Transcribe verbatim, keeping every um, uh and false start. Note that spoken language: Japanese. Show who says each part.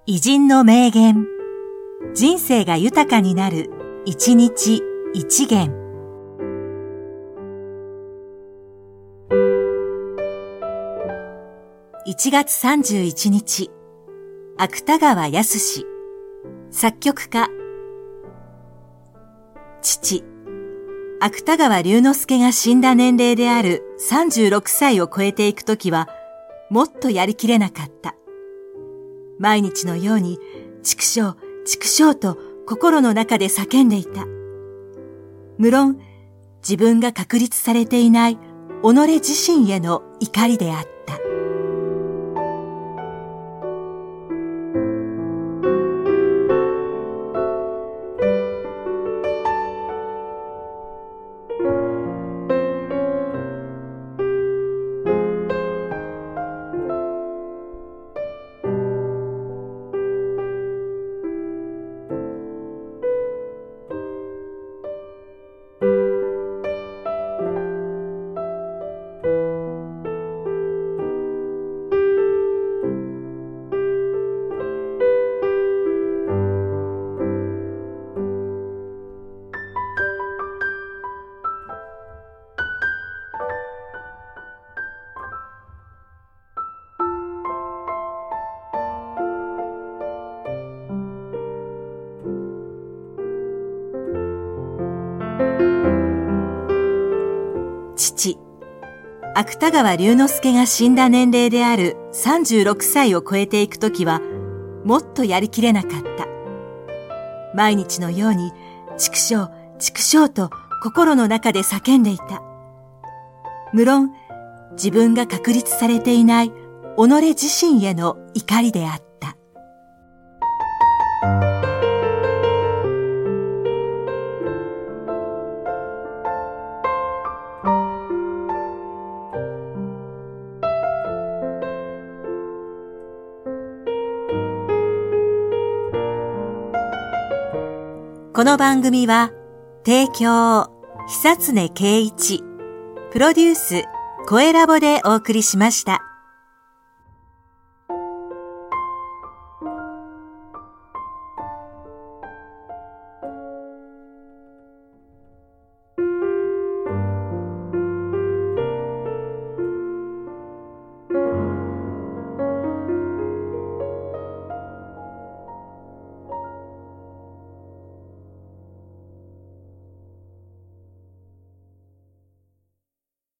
Speaker 1: 偉人の名言。人生が豊かになる、一日一元。いちがつさんじゅういちにち、芥川康史、作曲家。父、芥川龍之介が死んだ年齢であるさんじゅうろくさいを超えていくときは、もっとやりきれなかった。毎日のように、畜生、畜生と心の中で叫んでいた。無論、自分が確立されていない己自身への怒りであった。父、芥川龍之介が死んだ年齢であるさんじゅうろくさいを超えていくときは、もっとやりきれなかった。毎日のように、畜生、畜生と心の中で叫んでいた。無論、自分が確立されていない己自身への怒りであった。この番組は、提供、久常圭一、プロデュース、声ラボでお送りしました。